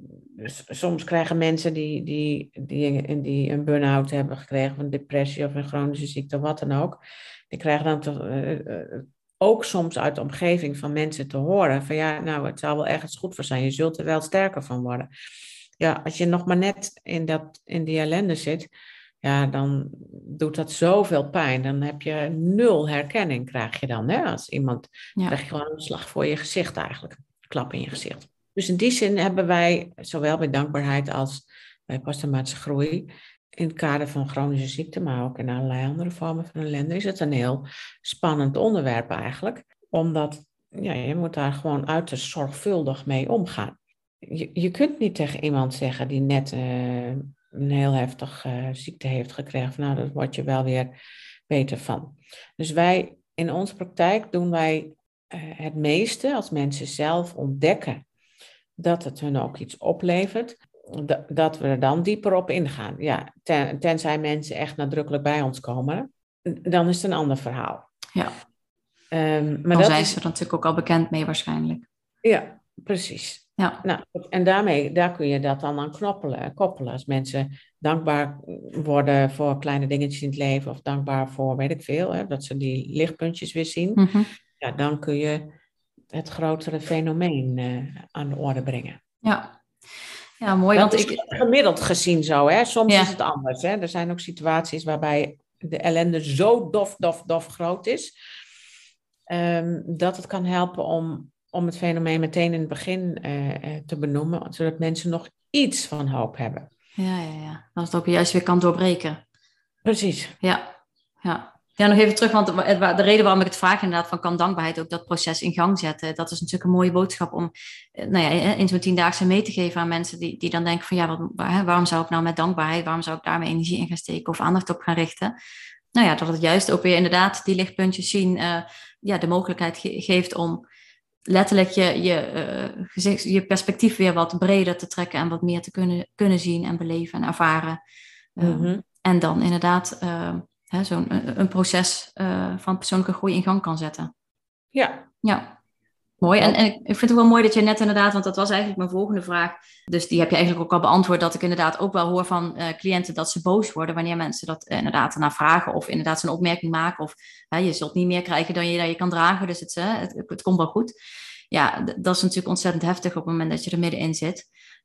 S2: Dus soms krijgen mensen die, die, die, die een burn-out hebben gekregen, of een depressie of een chronische ziekte, of wat dan ook. Die krijgen dan toch, uh, uh, ook soms uit de omgeving van mensen te horen van ja, nou het zal wel ergens goed voor zijn, je zult er wel sterker van worden. Ja, als je nog maar net in, dat, in die ellende zit, ja, dan doet dat zoveel pijn. Dan heb je nul herkenning, krijg je dan. Hè? Als iemand, ja. krijg je gewoon een slag voor je gezicht eigenlijk, een klap in je gezicht. Dus in die zin hebben wij, zowel bij dankbaarheid als bij posttraumatische groei, in het kader van chronische ziekte, maar ook in allerlei andere vormen van ellende, is het een heel spannend onderwerp eigenlijk. Omdat ja, je moet daar gewoon uiterst zorgvuldig mee omgaan. Je, je kunt niet tegen iemand zeggen die net uh, een heel heftig uh, ziekte heeft gekregen, van, nou, daar word je wel weer beter van. Dus wij, in onze praktijk doen wij uh, het meeste als mensen zelf ontdekken dat het hun ook iets oplevert, dat we er dan dieper op ingaan. Ja, ten, tenzij mensen echt nadrukkelijk bij ons komen, dan is het een ander verhaal.
S3: Ja,
S2: um, maar
S3: dan
S2: dat
S3: zijn
S2: is...
S3: ze er natuurlijk ook al bekend mee waarschijnlijk.
S2: Ja, precies.
S3: Ja.
S2: Nou, en daarmee, daar kun je dat dan aan knoppelen, koppelen. Als mensen dankbaar worden voor kleine dingetjes in het leven, of dankbaar voor, weet ik veel, hè, dat ze die lichtpuntjes weer zien,
S3: Mm-hmm.
S2: ja, dan kun je het grotere fenomeen uh, aan de orde brengen.
S3: Ja, ja mooi.
S2: Dat
S3: want
S2: is
S3: ik...
S2: gemiddeld gezien zo, hè? Soms
S3: ja.
S2: is het anders. Hè? Er zijn ook situaties waarbij de ellende zo dof, dof, dof groot is, um, dat het kan helpen om, om het fenomeen meteen in het begin uh, te benoemen, zodat mensen nog iets van hoop hebben.
S3: Ja, ja, ja. Dat het ook juist weer kan doorbreken.
S2: Precies.
S3: Ja, ja. Ja, nog even terug, want de reden waarom ik het vraag inderdaad, van kan dankbaarheid ook dat proces in gang zetten, dat is natuurlijk een mooie boodschap om nou ja, in zo'n tiendaagse mee te geven aan mensen die, die dan denken van ja, wat, waarom zou ik nou met dankbaarheid, waarom zou ik daar mijn energie in gaan steken of aandacht op gaan richten? Nou ja, dat het juist ook weer inderdaad die lichtpuntjes zien, uh, ja, de mogelijkheid ge- geeft om letterlijk je, je, uh, gezicht, je perspectief weer wat breder te trekken en wat meer te kunnen, kunnen zien en beleven en ervaren. Uh, mm-hmm. En dan inderdaad... Uh, He, zo'n een proces uh, van persoonlijke groei in gang kan zetten.
S2: Ja.
S3: Ja, mooi. En, en ik vind het wel mooi dat je net inderdaad, want dat was eigenlijk mijn volgende vraag. Dus die heb je eigenlijk ook al beantwoord, dat ik inderdaad ook wel hoor van uh, cliënten dat ze boos worden wanneer mensen dat uh, inderdaad ernaar vragen of inderdaad zo'n opmerking maken. Of uh, je zult niet meer krijgen dan je, dan je kan dragen, dus het, uh, het, het komt wel goed. Ja, d- dat is natuurlijk ontzettend heftig op het moment dat je er middenin zit.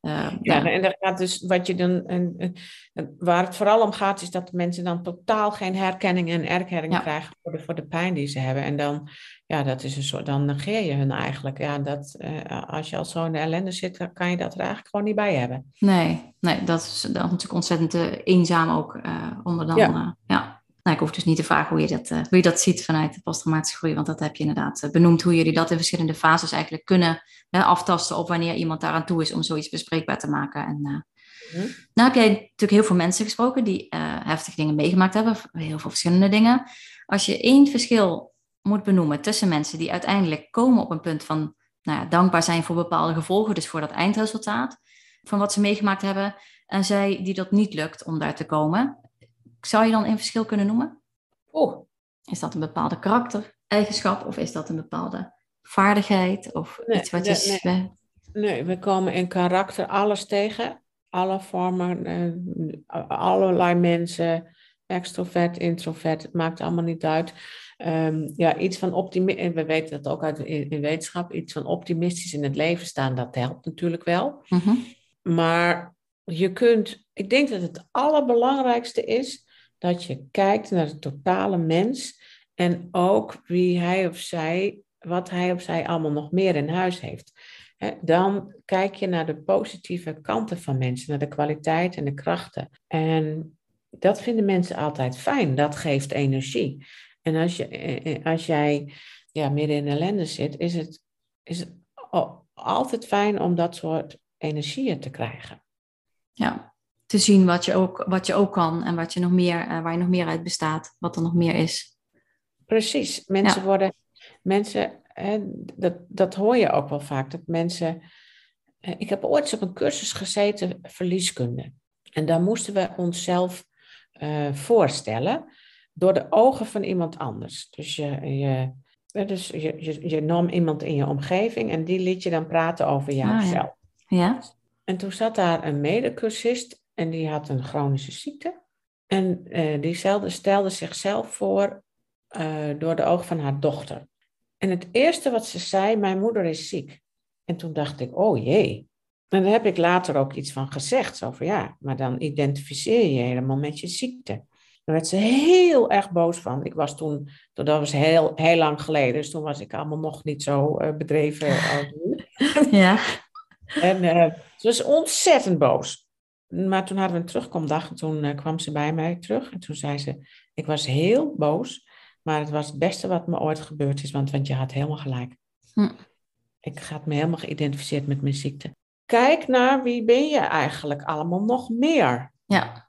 S3: Uh,
S2: ja,
S3: ja,
S2: en daar gaat dus wat je dan, en, en, waar het vooral om gaat, is dat mensen dan totaal geen herkenning en erkenning ja. krijgen voor de, voor de pijn die ze hebben. En dan, ja, dat is een soort, dan negeer je hun eigenlijk. Ja, dat, uh, als je al zo in de ellende zit, dan kan je dat er eigenlijk gewoon niet bij hebben.
S3: Nee, nee dat, is, dat is natuurlijk ontzettend uh, eenzaam ook. Uh, onder dan, ja. Uh, ja. Nou, ik hoef dus niet te vragen hoe je dat, uh, hoe je dat ziet vanuit de posttraumatische groei, want dat heb je inderdaad uh, benoemd, hoe jullie dat in verschillende fases eigenlijk kunnen uh, aftasten op wanneer iemand daaraan toe is om zoiets bespreekbaar te maken. En, uh, mm-hmm. Nou heb jij natuurlijk heel veel mensen gesproken die uh, heftige dingen meegemaakt hebben, heel veel verschillende dingen. Als je één verschil moet benoemen tussen mensen die uiteindelijk komen op een punt van nou ja, dankbaar zijn voor bepaalde gevolgen, dus voor dat eindresultaat van wat ze meegemaakt hebben, en zij die dat niet lukt om daar te komen, zou je dan een verschil kunnen noemen?
S2: Oh.
S3: Is dat een bepaalde karaktereigenschap of is dat een bepaalde vaardigheid of nee, iets wat je...
S2: Nee, nee. nee, we komen in karakter alles tegen. Alle vormen, uh, allerlei mensen, extrovert, introvert, het maakt allemaal niet uit. Um, ja, iets van optimistisch, en we weten dat ook uit in, in wetenschap, iets van optimistisch in het leven staan, dat helpt natuurlijk wel.
S3: Mm-hmm.
S2: Maar je kunt, ik denk dat het allerbelangrijkste is dat je kijkt naar de totale mens en ook wie hij of zij, wat hij of zij allemaal nog meer in huis heeft. He, dan kijk je naar de positieve kanten van mensen, naar de kwaliteit en de krachten. En dat vinden mensen altijd fijn, dat geeft energie. En als, je, als jij ja, midden in ellende zit, is het, is het altijd fijn om dat soort energieën te krijgen.
S3: Ja, te zien wat je ook, wat je ook kan en wat je nog meer, uh, waar je nog meer uit bestaat, wat er nog meer is.
S2: Precies, mensen
S3: ja.
S2: worden, mensen, hè, dat, dat hoor je ook wel vaak, dat mensen, uh, ik heb ooit op een cursus gezeten, verlieskunde. En daar moesten we onszelf uh, voorstellen door de ogen van iemand anders. Dus je, je, dus je, je, je nam iemand in je omgeving en die liet je dan praten over jouzelf.
S3: Ah, ja. ja.
S2: En toen zat daar een medecursist en die had een chronische ziekte. En uh, die stelde, stelde zichzelf voor uh, door de ogen van haar dochter. En het eerste wat ze zei, mijn moeder is ziek. En toen dacht ik, oh jee. En daar heb ik later ook iets van gezegd. Zo van ja, maar dan identificeer je je helemaal met je ziekte. Daar werd ze heel erg boos van. Ik was toen, dat was heel, heel lang geleden, dus toen was ik allemaal nog niet zo uh, bedreven als nu.
S3: Ja.
S2: En uh, ze was ontzettend boos. Maar toen hadden we een terugkomdag en toen uh, kwam ze bij mij terug. En toen zei ze, ik was heel boos, maar het was het beste wat me ooit gebeurd is, want, want je had helemaal gelijk.
S3: Hm.
S2: Ik had me helemaal geïdentificeerd met mijn ziekte. Kijk naar wie ben je eigenlijk allemaal nog meer.
S3: Ja.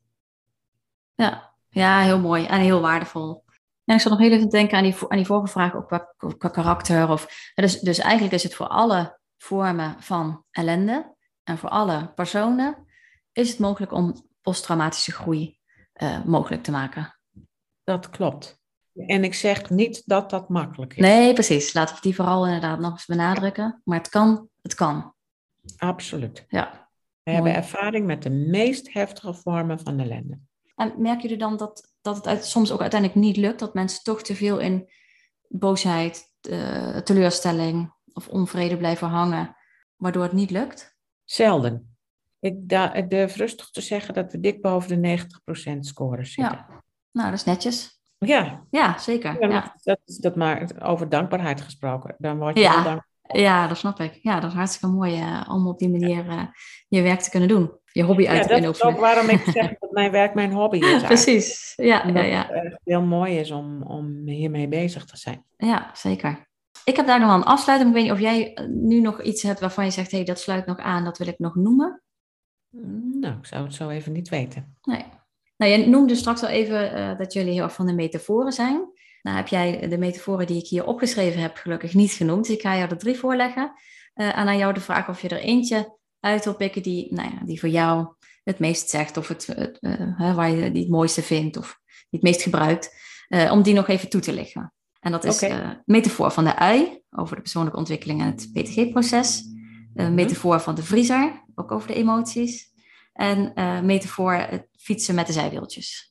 S3: Ja, ja, heel mooi en heel waardevol. En ik zat nog heel even te denken aan die, aan die vorige vraag, ook qua, qua karakter. Of, dus, dus eigenlijk is het voor alle vormen van ellende en voor alle personen is het mogelijk om posttraumatische groei uh, mogelijk te maken.
S2: Dat klopt. En ik zeg niet dat dat makkelijk is.
S3: Nee, precies. Laten we die vooral inderdaad nog eens benadrukken. Maar het kan, het kan.
S2: Absoluut.
S3: Ja.
S2: We hebben ervaring met de meest heftige vormen van ellende.
S3: En merken jullie dan dat, dat het uit, soms ook uiteindelijk niet lukt? Dat mensen toch te veel in boosheid, uh, teleurstelling of onvrede blijven hangen, waardoor het niet lukt?
S2: Zelden. Ik, da, ik durf rustig te zeggen dat we dik boven de negentig procent scores zitten.
S3: Ja, nou dat is netjes.
S2: Ja.
S3: Ja, zeker.
S2: Ja,
S3: ja.
S2: Dat is dat maar over dankbaarheid gesproken. Dan word je
S3: ja.
S2: heel dankbaar.
S3: Ja, dat snap ik. Ja, dat is hartstikke mooi uh, om op die manier uh, je werk te kunnen doen. Je hobby uit
S2: ja,
S3: te kunnen oefenen.
S2: Dat is ook waarom ik zeg dat mijn werk mijn hobby is.
S3: Precies, ja.
S2: En
S3: ja,
S2: dat
S3: ja.
S2: het echt heel mooi is om, om hiermee bezig te zijn.
S3: Ja, zeker. Ik heb daar nog wel een afsluiting. Ik weet niet of jij nu nog iets hebt waarvan je zegt, hé, hey, dat sluit nog aan, dat wil ik nog noemen.
S2: Nou, ik zou het zo even niet weten.
S3: Nee. Nou, je noemde straks al even uh, dat jullie heel erg van de metaforen zijn. Nou heb jij de metaforen die ik hier opgeschreven heb gelukkig niet genoemd. Dus ik ga jou er drie voorleggen. Uh, en aan jou de vraag of je er eentje uit wil pikken die, nou ja, die voor jou het meest zegt. Of het, uh, waar je die het mooiste vindt of die het meest gebruikt. Uh, om die nog even toe te lichten. En dat is okay. uh, metafoor van de ui over de persoonlijke ontwikkeling en het P T G-proces. Uh, mm-hmm. Metafoor van de vriezer, ook over de emoties. En uh, metafoor het fietsen met de zijwieltjes.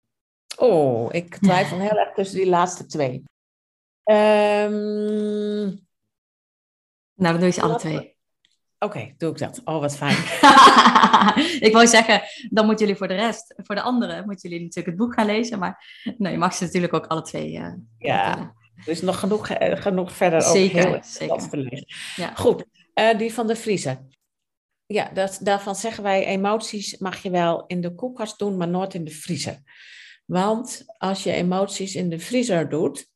S2: Oh, ik twijfel heel erg tussen die laatste twee. Um,
S3: nou, dan doe je ze alle twee.
S2: Oké, okay, doe ik dat. Oh, wat fijn.
S3: Ik wou zeggen, dan moeten jullie voor de rest, voor de anderen, moeten jullie natuurlijk het boek gaan lezen. Maar nee, je mag ze natuurlijk ook alle twee uh,
S2: ja,
S3: vertellen.
S2: Er is nog genoeg, uh, genoeg verder
S3: zeker,
S2: ook heel
S3: zeker.
S2: te lezen.
S3: Ja.
S2: Goed, uh, die van de vriezer. Ja, dat, daarvan zeggen wij, emoties mag je wel in de koelkast doen, maar nooit in de vriezer. Want als je emoties in de vriezer doet,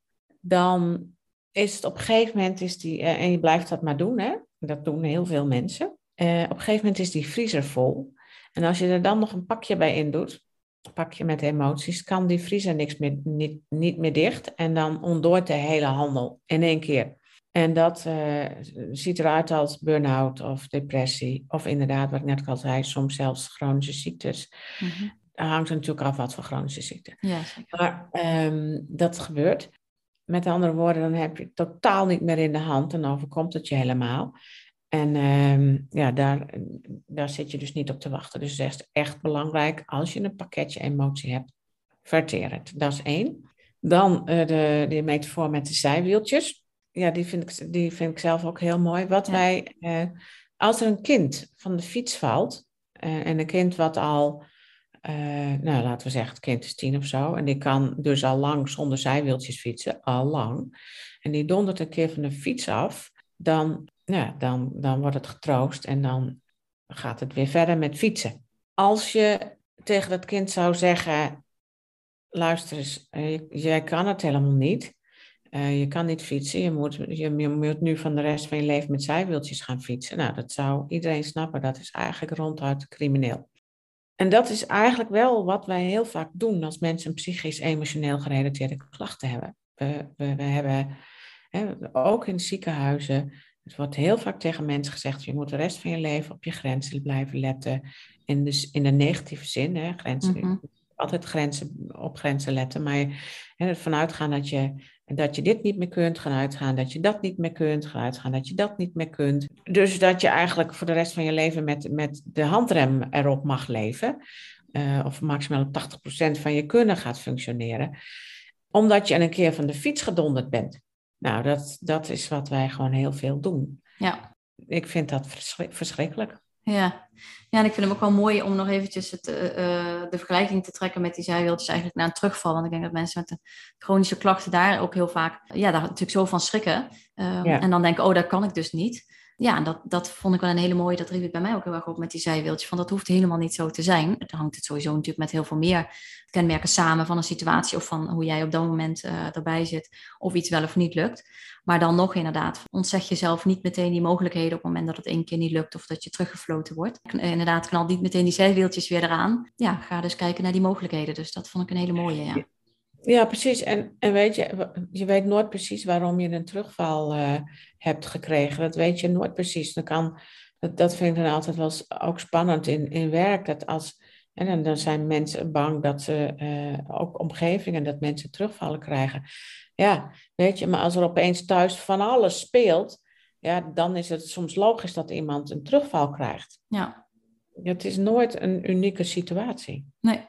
S2: dan is het op een gegeven moment, is die, uh, en je blijft dat maar doen, hè? Dat doen heel veel mensen. Uh, op een gegeven moment is die vriezer vol. En als je er dan nog een pakje bij in doet, een pakje met emoties, kan die vriezer niks meer, niet, niet meer dicht. En dan ontdooit de hele handel in één keer. En dat uh, ziet eruit als burn-out of depressie. Of inderdaad, wat ik net al zei, soms zelfs chronische ziektes.
S3: Mm-hmm.
S2: Daar hangt er natuurlijk af wat voor chronische ziekte.
S3: Ja, zeker.
S2: Maar um, dat gebeurt. Met andere woorden, dan heb je het totaal niet meer in de hand. Dan overkomt het je helemaal. En um, ja, daar, daar zit je dus niet op te wachten. Dus het is echt belangrijk, als je een pakketje emotie hebt, verteer het. Dat is één. Dan uh, de, de metafoor met de zijwieltjes. Ja, die vind ik, die vind ik zelf ook heel mooi. Wat ja. wij, uh, als er een kind van de fiets valt, uh, en een kind wat al, uh, nou laten we zeggen, het kind is tien of zo, en die kan dus al lang zonder zijwieltjes fietsen, al lang, en die dondert een keer van de fiets af, dan, ja, dan, dan wordt het getroost en dan gaat het weer verder met fietsen. Als je tegen dat kind zou zeggen, luister eens, uh, jij kan het helemaal niet. Uh, je kan niet fietsen, je moet, je, je moet nu van de rest van je leven met zijwieltjes gaan fietsen. Nou, dat zou iedereen snappen, dat is eigenlijk ronduit crimineel. En dat is eigenlijk wel wat wij heel vaak doen als mensen psychisch-emotioneel gerelateerde klachten hebben. We, we, we hebben, hè, ook in ziekenhuizen, het wordt heel vaak tegen mensen gezegd, je moet de rest van je leven op je grenzen blijven letten. In de, in de negatieve zin, hè, grenzen, mm-hmm. altijd grenzen, op grenzen letten, maar hè, vanuit gaan dat je... dat je dit niet meer kunt, gaan uitgaan dat je dat niet meer kunt, gaan uitgaan dat je dat niet meer kunt. Dus dat je eigenlijk voor de rest van je leven met, met de handrem erop mag leven. Uh, of maximaal op tachtig procent van je kunnen gaat functioneren. Omdat je een keer van de fiets gedonderd bent. Nou, dat, dat is wat wij gewoon heel veel doen.
S3: Ja.
S2: Ik vind dat verschrik- verschrikkelijk.
S3: Ja. ja, en ik vind hem ook wel mooi om nog eventjes het, uh, de vergelijking te trekken met die zijwieltjes eigenlijk naar een terugval. Want ik denk dat mensen met de chronische klachten daar ook heel vaak, ja, daar natuurlijk zo van schrikken. Um, ja. En dan denken, oh, dat kan ik dus niet. Ja, en dat, dat vond ik wel een hele mooie, dat riep ik bij mij ook heel erg op met die zijwieltjes. Van dat hoeft helemaal niet zo te zijn. Het hangt het sowieso natuurlijk met heel veel meer kenmerken samen van een situatie of van hoe jij op dat moment uh, erbij zit. Of iets wel of niet lukt. Maar dan nog inderdaad, ontzeg jezelf niet meteen die mogelijkheden op het moment dat het één keer niet lukt of dat je teruggefloten wordt. Inderdaad, knal niet meteen die zijwieltjes weer eraan. Ja, ga dus kijken naar die mogelijkheden. Dus dat vond ik een hele mooie, ja.
S2: Ja, precies. En, en weet je, je weet nooit precies waarom je een terugval uh, hebt gekregen. Dat weet je nooit precies. Dan kan, dat, dat vind ik dan altijd wel ook spannend in, in werk. Dat als, en dan, dan zijn mensen bang dat ze, uh, ook omgevingen, dat mensen terugvallen krijgen. Ja, weet je, maar als er opeens thuis van alles speelt, ja, dan is het soms logisch dat iemand een terugval krijgt.
S3: Ja.
S2: Het is nooit een unieke situatie.
S3: Nee.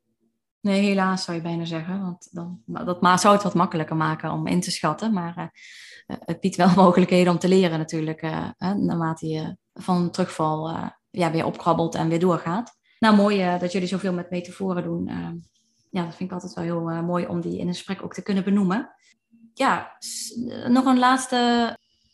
S3: Nee, helaas zou je bijna zeggen. Want dan, dat zou het wat makkelijker maken om in te schatten. Maar uh, het biedt wel mogelijkheden om te leren natuurlijk. Uh, uh, naarmate je van een terugval uh, ja, weer opkrabbelt en weer doorgaat. Nou, mooi uh, dat jullie zoveel met metaforen doen. Uh, ja, dat vind ik altijd wel heel uh, mooi om die in een gesprek ook te kunnen benoemen. Ja, s- nog een laatste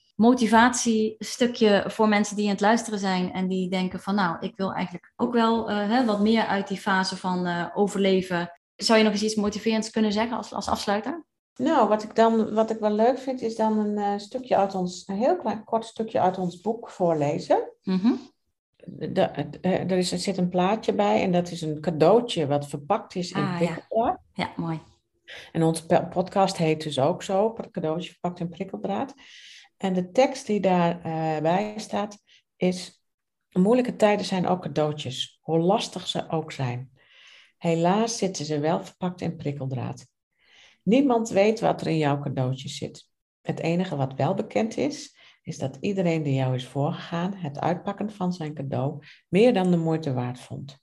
S3: motivatiestukje voor mensen die aan het luisteren zijn en die denken van nou, ik wil eigenlijk ook wel uh, hè, wat meer uit die fase van uh, overleven. Zou je nog eens iets motiverends kunnen zeggen als, als afsluiter?
S2: Nou, wat ik dan wat ik wel leuk vind, is dan een uh, stukje uit ons, een heel klein kort stukje uit ons boek voorlezen.
S3: Mm-hmm.
S2: De, de, uh, er, is, er zit een plaatje bij en dat is een cadeautje wat verpakt is in
S3: Ah,
S2: prikkeldraad.
S3: Ja. ja, mooi.
S2: En onze podcast heet dus ook zo, cadeautje verpakt in prikkeldraad. En de tekst die daarbij uh, staat is: moeilijke tijden zijn ook cadeautjes, hoe lastig ze ook zijn. Helaas zitten ze wel verpakt in prikkeldraad. Niemand weet wat er in jouw cadeautje zit. Het enige wat wel bekend is, is dat iedereen die jou is voorgegaan het uitpakken van zijn cadeau meer dan de moeite waard vond.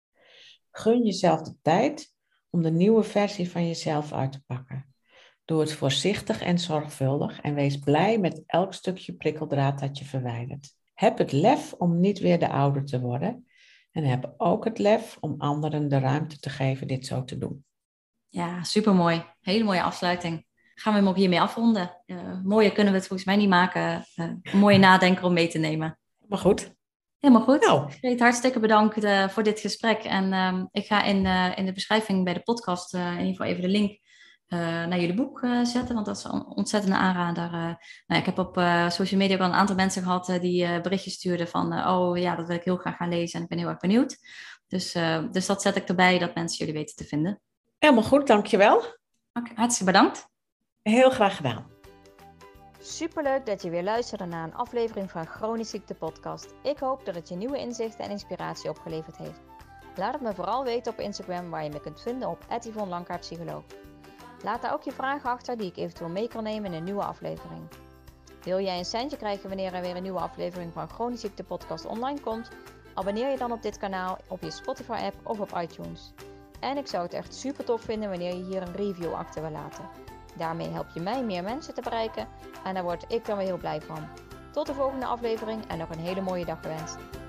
S2: Gun jezelf de tijd om de nieuwe versie van jezelf uit te pakken. Doe het voorzichtig en zorgvuldig en wees blij met elk stukje prikkeldraad dat je verwijdert. Heb het lef om niet weer de ouder te worden. En heb ook het lef om anderen de ruimte te geven dit zo te doen.
S3: Ja, supermooi. Hele mooie afsluiting. Gaan we hem ook hiermee afronden. Uh, mooier kunnen we het volgens mij niet maken. Uh, een mooie nadenker om mee te nemen.
S2: Maar goed.
S3: Helemaal goed.
S2: Nou.
S3: Greet, hartstikke bedankt uh, voor dit gesprek. En uh, ik ga in, uh, in de beschrijving bij de podcast uh, in ieder geval even de link uh, naar jullie boek uh, zetten. Want dat is een ontzettende aanrader. Uh, nou, ik heb op uh, social media ook al een aantal mensen gehad uh, die uh, berichtjes stuurden van... Uh, oh ja, dat wil ik heel graag gaan lezen en ik ben heel erg benieuwd. Dus, uh, dus dat zet ik erbij dat mensen jullie weten te vinden.
S2: Helemaal goed, dankjewel.
S3: Oké, okay, hartstikke bedankt.
S2: Heel graag gedaan.
S1: Superleuk dat je weer luisterde naar een aflevering van Chronisch Ziekte Podcast. Ik hoop dat het je nieuwe inzichten en inspiratie opgeleverd heeft. Laat het me vooral weten op Instagram, waar je me kunt vinden op at yvonne lankaart psycholoog. Laat daar ook je vragen achter die ik eventueel mee kan nemen in een nieuwe aflevering. Wil jij een centje krijgen wanneer er weer een nieuwe aflevering van Chronisch Ziekte Podcast online komt? Abonneer je dan op dit kanaal op je Spotify app of op iTunes. En ik zou het echt super tof vinden wanneer je hier een review achter wil laten. Daarmee help je mij meer mensen te bereiken en daar word ik dan weer heel blij van. Tot de volgende aflevering en nog een hele mooie dag gewenst.